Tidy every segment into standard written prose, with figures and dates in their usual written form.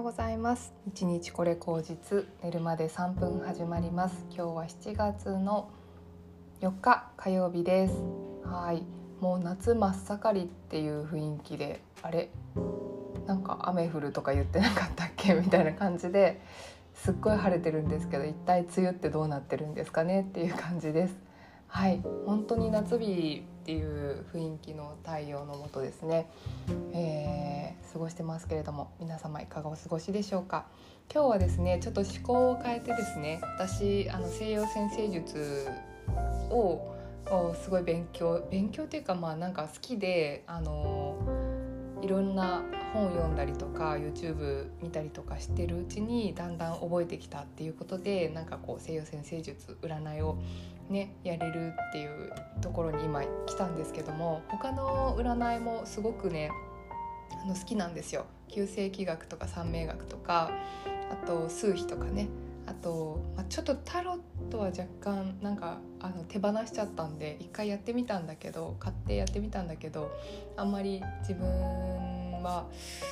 ございます。1日これ口実、寝るまで3分始まります。今日は7月の4日火曜日です。はい、もう夏真っ盛りっていう雰囲気で、あれなんか雨降るとか言ってなかったっけみたいな感じですっごい晴れてるんですけど、一体梅雨ってどうなってるんですかねっていう感じです。はい、本当に夏日っていう雰囲気の太陽の下ですね、過ごしてますけれども、皆様いかがお過ごしでしょうか。今日はですね、ちょっと思考を変えてですね、私西洋占星術をすごい勉強っていうか、なんか好きでいろんな本を読んだりとか YouTube 見たりとかしてるうちにだんだん覚えてきたっていうことで、なんかこう西洋占星術占いをねやれるっていうところに今来たんですけども、他の占いもすごくね好きなんですよ。九星気学とか三名学とか、あと数秘とかね、あと、ちょっとタロットは若干なんか手放しちゃったんで、一回やってみたんだけど、買ってやってみたんだけど、あんまり自分は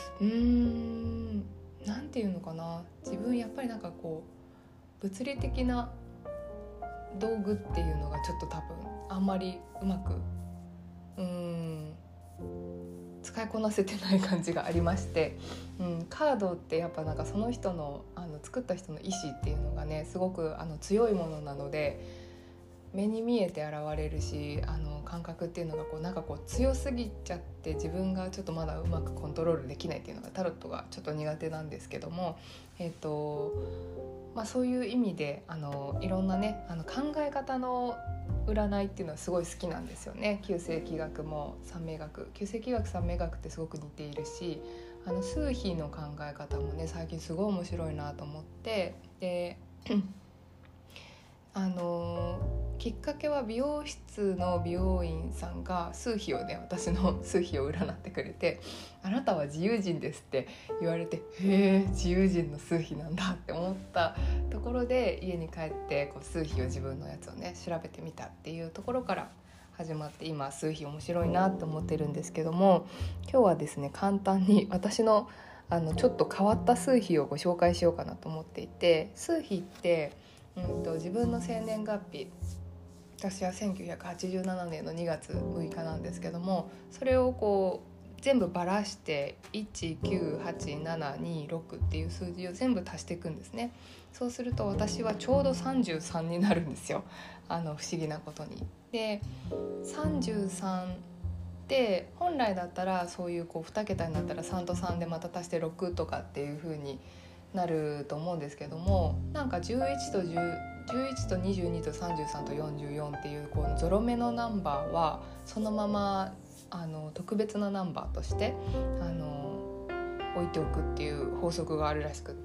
なんていうのかな、自分やっぱりなんかこう物理的な道具っていうのがちょっと多分あんまりうまく使いこなせてない感じがありまして、カードってやっぱなんかその人の作った人の意思っていうのがねすごく強いものなので、目に見えて現れるし、感覚っていうのがなんか強すぎちゃって、自分がちょっとまだうまくコントロールできないっていうのがタロットがちょっと苦手なんですけども、そういう意味でいろんなね考え方の占いっていうのはすごい好きなんですよね。九星気学も三名学、九星気学三名学ってすごく似ているし、数秘の考え方もね最近すごい面白いなと思って、できっかけは美容室の美容院さんが数秘をね、私の数秘を占ってくれて、あなたは自由人ですって言われて、へえ自由人の数秘なんだって思ったところで、家に帰って数秘を自分のやつをね調べてみたっていうところから始まって、今数秘面白いなって思ってるんですけども、今日はですね簡単に私のちょっと変わった数秘をご紹介しようかなと思っていて、数秘って自分の生年月日、私は1987年の2月6日なんですけども、それを全部ばらして1987226っていう数字を全部足していくんですね。そうすると私はちょうど33になるんですよ。不思議なことに。で33って本来だったらそういう2桁になったら3と3でまた足して6とかっていう風になると思うんですけども、なんか11と22と33と44っていうゾロ目のナンバーはそのまま特別なナンバーとして置いておくっていう法則があるらしくって、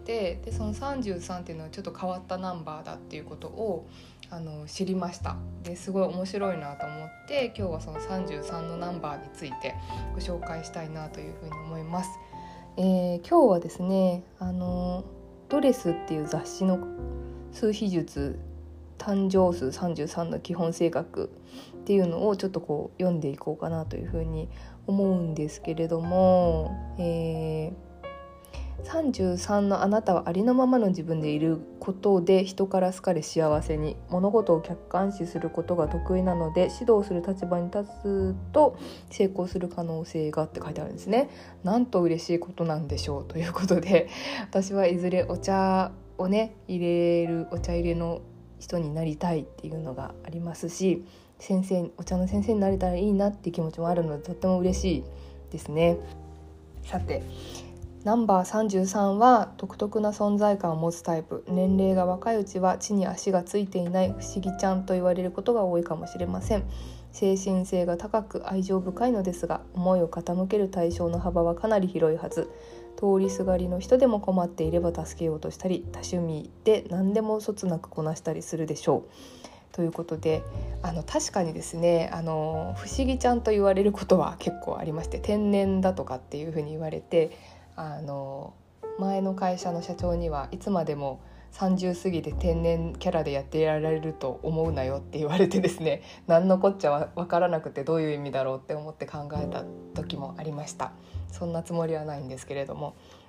でその33っていうのはちょっと変わったナンバーだっていうことを知りました。ですごい面白いなと思って、今日はその33のナンバーについてご紹介したいなというふうに思います。今日はですねドレスっていう雑誌の数秘術誕生数33の基本性格っていうのをちょっと読んでいこうかなというふうに思うんですけれども、33のあなたはありのままの自分でいることで人から好かれ幸せに、物事を客観視することが得意なので指導する立場に立つと成功する可能性がって書いてあるんですね。なんと嬉しいことなんでしょうということで、私はいずれお茶をね入れるお茶入れの人になりたいっていうのがありますし、お茶の先生になれたらいいなっていう気持ちもあるので、とっても嬉しいですね。さてナンバー33は独特な存在感を持つタイプ、年齢が若いうちは地に足がついていない不思議ちゃんと言われることが多いかもしれません。精神性が高く愛情深いのですが、思いを傾ける対象の幅はかなり広いはず。通りすがりの人でも困っていれば助けようとしたり、多趣味で何でもそつなくこなしたりするでしょうということで、確かにですね不思議ちゃんと言われることは結構ありまして、天然だとかっていうふうに言われて、前の会社の社長にはいつまでも30過ぎて天然キャラでやってやられると思うなよって言われてですね、何のこっちゃ分からなくてどういう意味だろうって思って考えた時もありました。そんなつもりはないんですけれども、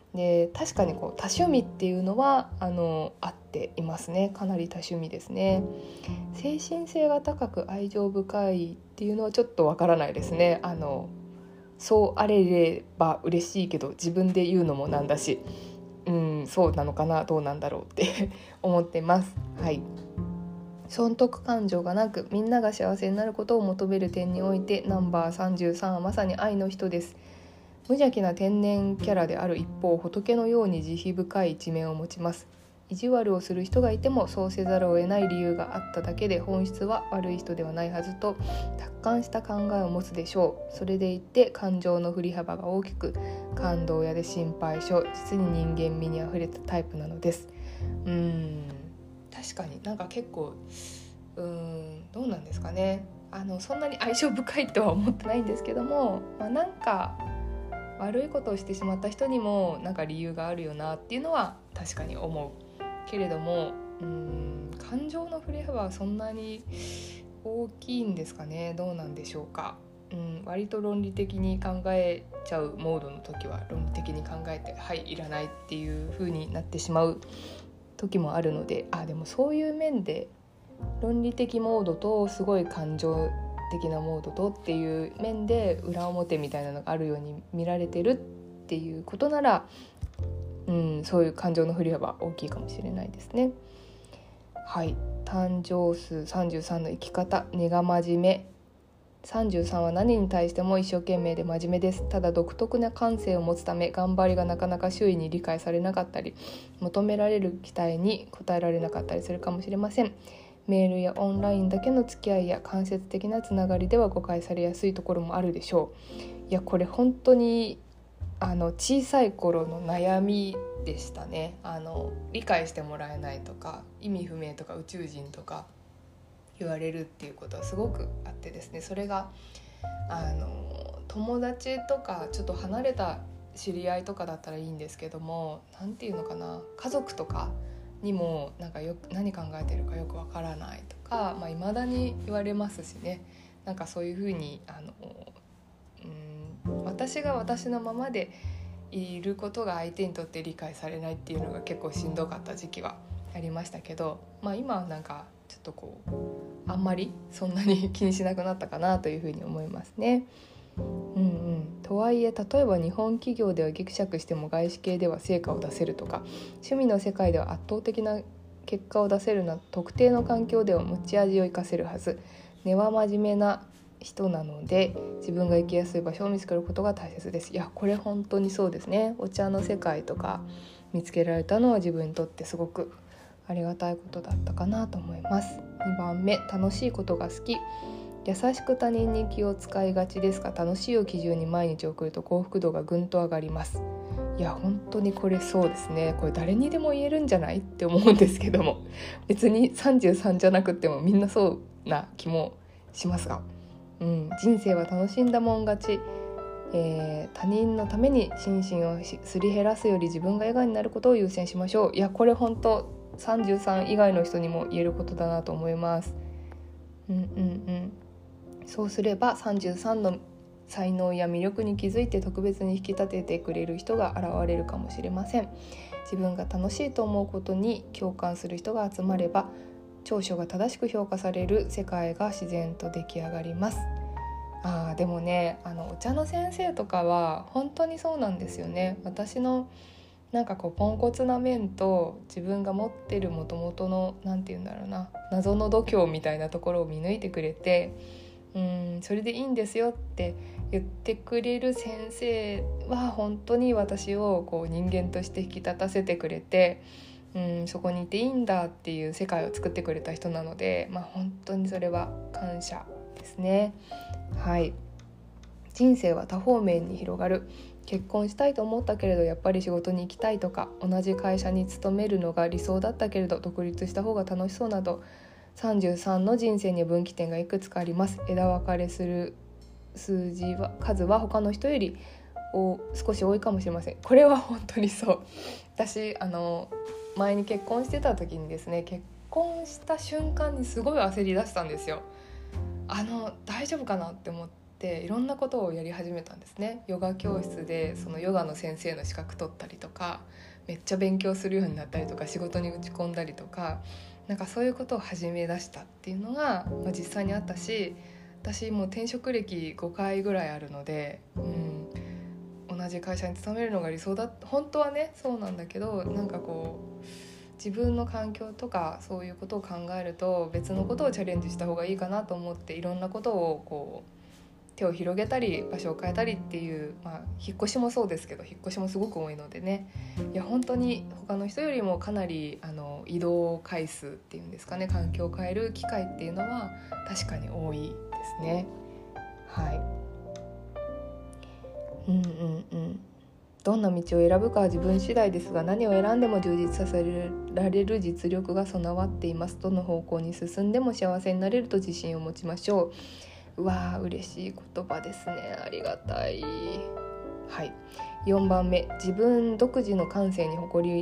で確かにこう多趣味っていうのは合っていますね。かなり多趣味ですね。精神性が高く愛情深いっていうのはちょっとわからないですね。そうあれれば嬉しいけど自分で言うのもなんだし、そうなのかな、どうなんだろうって思ってます。はい。損得感情がなくみんなが幸せになることを求める点においてナンバー33はまさに愛の人です。無邪気な天然キャラである一方、仏のように慈悲深い一面を持ちます。意地悪をする人がいてもそうせざるを得ない理由があっただけで本質は悪い人ではないはずと達観した考えを持つでしょう。それでいて感情の振り幅が大きく、感動屋で心配性、実に人間味にあふれたタイプなのです。確かになんか結構どうなんですかね。そんなに相性深いとは思ってないんですけども、なんか悪いことをしてしまった人にもなんか理由があるよなっていうのは確かに思うけれども、感情の振れ幅はそんなに大きいんですかね。どうなんでしょうか。割と論理的に考えちゃうモードの時は論理的に考えていらないっていう風になってしまう時もあるので、でもそういう面で論理的モードとすごい感情的なモードとっていう面で裏表みたいなのがあるように見られてるっていうことなら、そういう感情の振り幅大きいかもしれないですね。はい。誕生数33の生き方、根が真面目。33は何に対しても一生懸命で真面目です。ただ独特な感性を持つため頑張りがなかなか周囲に理解されなかったり、求められる期待に応えられなかったりするかもしれません。メールやオンラインだけの付き合いや間接的なつながりでは誤解されやすいところもあるでしょう。いやこれ本当に小さい頃の悩みでしたね。理解してもらえないとか意味不明とか宇宙人とか言われるっていうことはすごくあってですね、それが友達とかちょっと離れた知り合いとかだったらいいんですけども、なんていうのかな、家族とかにもなんか何考えてるかよくわからないとか、未だに言われますしね。なんかそういうふうに私が私のままでいることが相手にとって理解されないっていうのが結構しんどかった時期はありましたけど、今はなんかちょっとこうあんまりそんなに気にしなくなったかなというふうに思いますね。とはいえ例えば日本企業ではギクシャクしても外資系では成果を出せるとか、趣味の世界では圧倒的な結果を出せるな特定の環境では持ち味を生かせるはず。根は真面目な人なので自分が生きやすい場所を見つけることが大切です。いやこれ本当にそうですね。お茶の世界とか見つけられたのは自分にとってすごくありがたいことだったかなと思います。2番目、楽しいことが好き。優しく他人に気を使いがちですが、楽しいを基準に毎日送ると幸福度がぐんと上がります。いや本当にこれそうですね。これ誰にでも言えるんじゃないって思うんですけども、別に33じゃなくてもみんなそうな気もしますが、人生は楽しんだもん勝ち。他人のために心身をすり減らすより自分が笑顔になることを優先しましょう。いやこれ本当33以外の人にも言えることだなと思います。そうすれば33の才能や魅力に気づいて特別に引き立ててくれる人が現れるかもしれません。自分が楽しいと思うことに共感する人が集まれば長所が正しく評価される世界が自然と出来上がります。でもね、お茶の先生とかは本当にそうなんですよね。私のなんかこうポンコツな面と自分が持ってる元々のなんていうんだろうな、謎の度胸みたいなところを見抜いてくれて、それでいいんですよって言ってくれる先生は本当に私をこう人間として引き立たせてくれて、そこにいていいんだっていう世界を作ってくれた人なので、本当にそれは感謝ですね。はい。人生は多方面に広がる。結婚したいと思ったけれどやっぱり仕事に行きたいとか、同じ会社に勤めるのが理想だったけれど独立した方が楽しそうなど、33の人生には分岐点がいくつかあります。枝分かれする数は他の人より少し多いかもしれません。これは本当にそう。私前に結婚してた時にですね、結婚した瞬間にすごい焦り出したんですよ。大丈夫かなって思っっていろんなことをやり始めたんですね。ヨガ教室でそのヨガの先生の資格取ったりとか、めっちゃ勉強するようになったりとか、仕事に打ち込んだりとか、なんかそういうことを始め出したっていうのが、実際にあったし、私もう転職歴5回ぐらいあるので、同じ会社に勤めるのが理想だ、本当はねそうなんだけど、なんかこう自分の環境とかそういうことを考えると別のことをチャレンジした方がいいかなと思って、いろんなことをこう手を広げたり場所を変えたりっていう、引っ越しもそうですけど、引っ越しもすごく多いのでね、いや本当に他の人よりもかなり移動回数っていうんですかね、環境を変える機会っていうのは確かに多いですね。はい。どんな道を選ぶかは自分次第ですが、何を選んでも充実させられる実力が備わっています。どの方向に進んでも幸せになれると自信を持ちましょう。うわー、嬉しい言葉ですね。ありがたい。はい。4番目、自分独自の感性を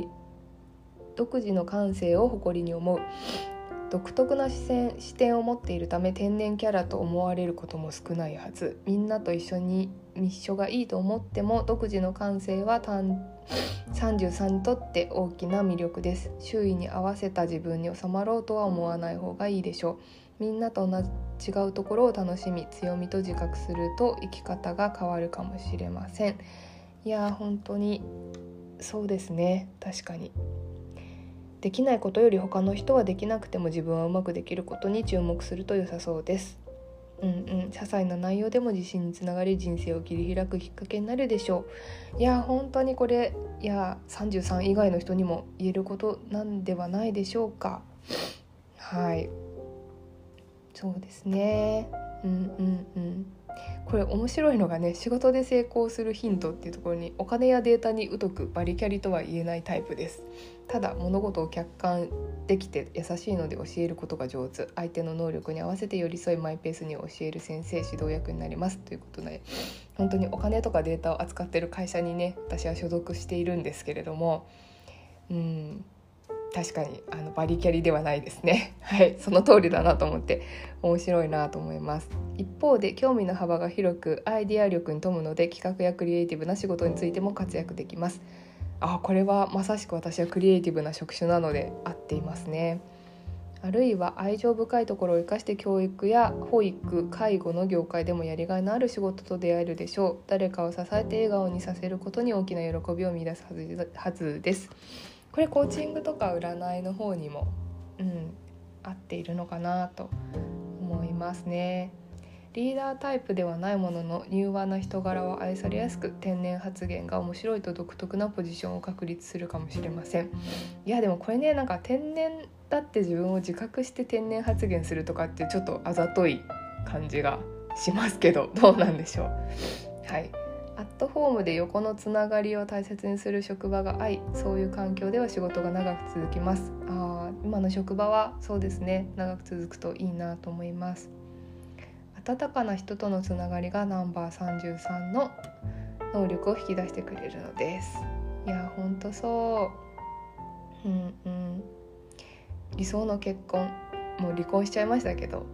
誇りに思う。独特な視点を持っているため、天然キャラと思われることも少ないはず。みんなと一緒がいいと思っても、独自の感性は33にとって大きな魅力です。周囲に合わせた自分に収まろうとは思わない方がいいでしょう。みんなと違うところを楽しみ、強みと自覚すると生き方が変わるかもしれません。いや本当にそうですね。確かにできないことより他の人はできなくても自分はうまくできることに注目すると良さそうです。些細な内容でも自信につながり、人生を切り開くきっかけになるでしょう。いや本当にこれ、33以外の人にも言えることなんではないでしょうか。はい、そうですね。これ面白いのがね、仕事で成功するヒントっていうところに、お金やデータに疎くバリキャリとは言えないタイプです。ただ物事を客観できて優しいので教えることが上手、相手の能力に合わせて寄り添いマイペースに教える先生、指導役になりますということで、本当にお金とかデータを扱っている会社にね、私は所属しているんですけれども、確かにバリキャリではないですね。はい、その通りだなと思って面白いなと思います。一方で興味の幅が広くアイデア力に富むので、企画やクリエイティブな仕事についても活躍できます。これはまさしく私はクリエイティブな職種なので合っていますね。あるいは愛情深いところを生かして教育や保育、介護の業界でもやりがいのある仕事と出会えるでしょう。誰かを支えて笑顔にさせることに大きな喜びを見出すはずです。これコーチングとか占いの方にも、合っているのかなと思いますね。リーダータイプではないものの、柔和な人柄は愛されやすく、天然発言が面白いと独特なポジションを確立するかもしれません。いやでもこれね、なんか天然だって自分を自覚して天然発言するとかってちょっとあざとい感じがしますけど、どうなんでしょう。はい。アットホームで横のつながりを大切にする職場が愛、そういう環境では仕事が長く続きます。今の職場はそうですね、長く続くといいなと思います。温かな人とのつながりがナンバー33の能力を引き出してくれるのです。いやほんとそう。理想の結婚、もう離婚しちゃいましたけど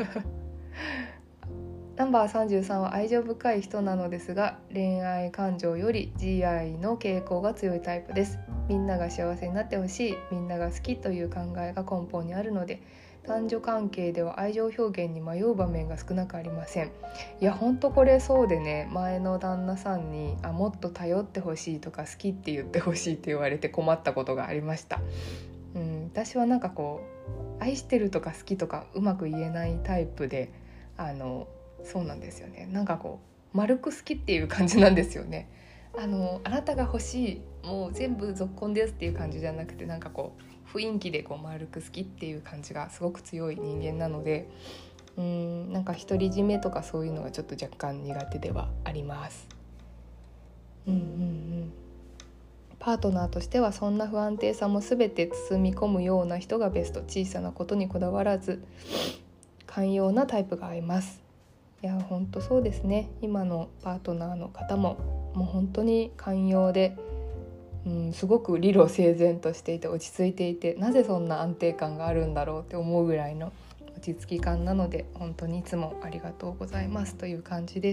ナンバー33は愛情深い人なのですが、恋愛感情より慈愛の傾向が強いタイプです。みんなが幸せになってほしい、みんなが好きという考えが根本にあるので、男女関係では愛情表現に迷う場面が少なくありません。いやほんとこれそうでね、前の旦那さんにもっと頼ってほしいとか好きって言ってほしいって言われて困ったことがありました。私はなんかこう愛してるとか好きとかうまく言えないタイプで、そうなんですよね。なんかこう丸く好きっていう感じなんですよね。あなたが欲しい、もう全部ぞっこんですっていう感じじゃなくて、なんかこう雰囲気でこう丸く好きっていう感じがすごく強い人間なので、なんか独り占めとかそういうのがちょっと若干苦手ではあります。パートナーとしてはそんな不安定さも全て包み込むような人がベスト。小さなことにこだわらず寛容なタイプが合います。いや本当そうですね。今のパートナーの方ももう本当に寛容で、すごく理路整然としていて落ち着いていて、なぜそんな安定感があるんだろうって思うぐらいの落ち着き感なので本当にいつもありがとうございますという感じです。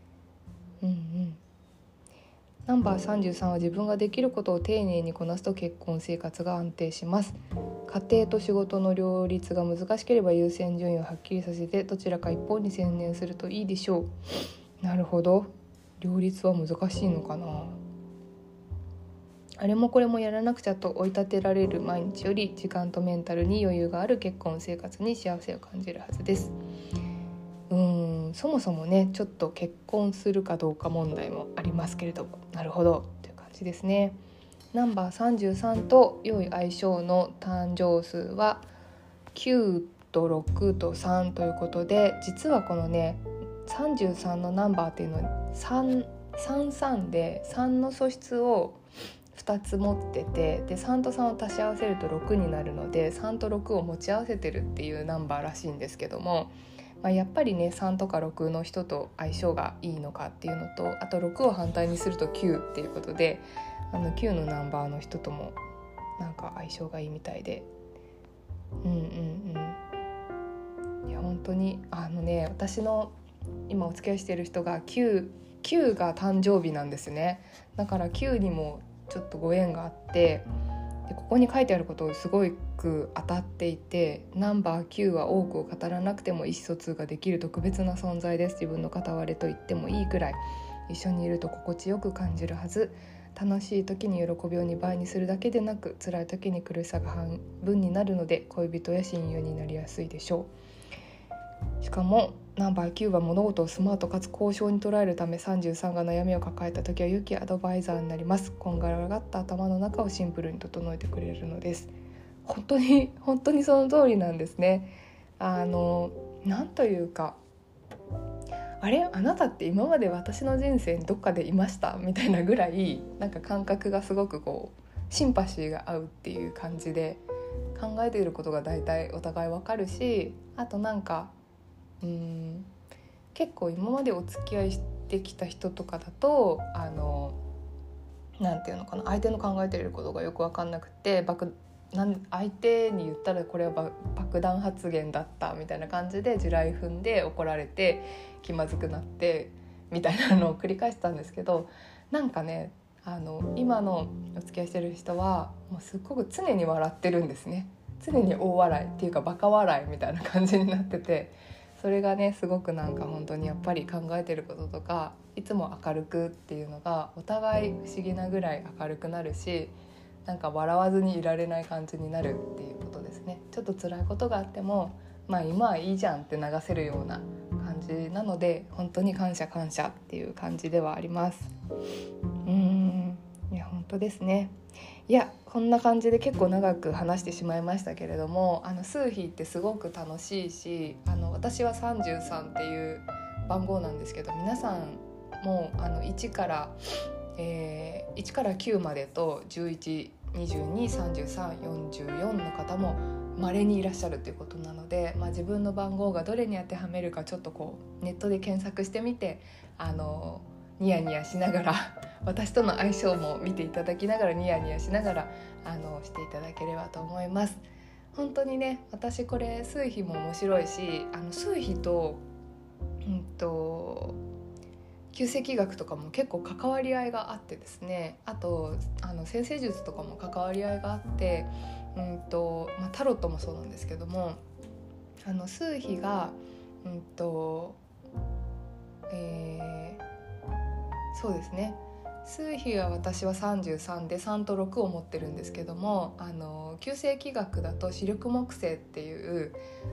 ナンバー33は自分ができることを丁寧にこなすと結婚生活が安定します。家庭と仕事の両立が難しければ優先順位をはっきりさせてどちらか一方に専念するといいでしょう。なるほど。両立は難しいのかな。あれもこれもやらなくちゃと追い立てられる毎日より時間とメンタルに余裕がある結婚生活に幸せを感じるはずです。そもそもねちょっと結婚するかどうか問題もありますけれども、なるほどという感じですね。ナンバー33と良い相性の誕生数は9と6と3ということで、実はこのね33のナンバーっていうのは33で3の素質を2つ持ってて、で3と3を足し合わせると6になるので3と6を持ち合わせてるっていうナンバーらしいんですけども、やっぱりね3とか6の人と相性がいいのかっていうのと、あと6を反対にすると9っていうことで、9のナンバーの人ともなんか相性がいいみたいで、いや本当に私の今お付き合いしている人が9が誕生日なんですね。だから9にもちょっとご縁があって、でここに書いてあることをすごく当たっていて、ナンバー9は多くを語らなくても意思疎通ができる特別な存在です。自分の片割れと言ってもいいくらい一緒にいると心地よく感じるはず。楽しい時に喜びを2倍にするだけでなく、辛い時に苦しさが半分になるので恋人や親友になりやすいでしょう。しかもナンバー9は物事をスマートかつ高尚に捉えるため、33が悩みを抱えた時は良きアドバイザーになります。こんがらがった頭の中をシンプルに整えてくれるのです。本当にその通りなんですね。なんというか、あなたって今まで私の人生にどっかでいましたみたいなぐらい、なんか感覚がすごくこうシンパシーが合うっていう感じで、考えていることが大体お互い分かるし、あとなんか結構今までお付き合いしてきた人とかだとなんていうのかな、相手の考えていることがよく分かんなくて、相手に言ったらこれは爆弾発言だったみたいな感じで地雷踏んで怒られて気まずくなってみたいなのを繰り返してたんですけど、なんかね今のお付き合いしてる人はもうすっごく常に笑ってるんですね。常に大笑いっていうかバカ笑いみたいな感じになってて、それがねすごくなんか本当にやっぱり考えてることとかいつも明るくっていうのがお互い不思議なぐらい明るくなるし、なんか笑わずにいられない感じになるっていうことですね。ちょっと辛いことがあっても今はいいじゃんって流せるような感じなので、本当に感謝っていう感じではあります。いや本当ですね。いやこんな感じで結構長く話してしまいましたけれども、数比ってすごく楽しいし、私は33っていう番号なんですけど、皆さんも1から9までと11、22、33、44の方も稀にいらっしゃるということなので、自分の番号がどれに当てはめるかちょっとこうネットで検索してみてニヤニヤしながら私との相性も見ていただきながらニヤニヤしながらしていただければと思います。本当にね、私これ数比も面白いし、数比と九星気学とかも結構関わり合いがあってですね、あと占星術とかも関わり合いがあって、タロットもそうなんですけども、数比がそうですね、数比は私は33で3と6を持ってるんですけども、九星気学だと四緑木星っていう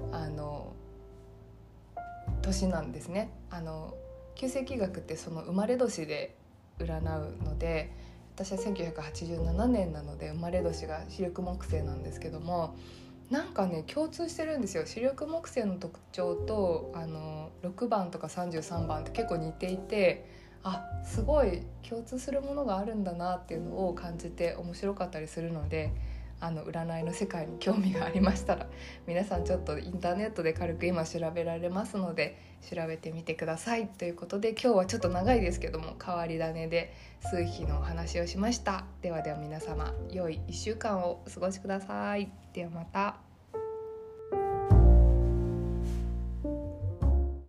年なんですね。九星気学ってその生まれ年で占うので、私は1987年なので生まれ年が四緑木星なんですけども、なんかね共通してるんですよ。四緑木星の特徴と6番とか33番って結構似ていて、すごい共通するものがあるんだなっていうのを感じて面白かったりするので、占いの世界に興味がありましたら皆さんちょっとインターネットで軽く今調べられますので調べてみてくださいということで、今日はちょっと長いですけども変わり種で数比のお話をしました。では皆様良い1週間をお過ごしください。ではまた。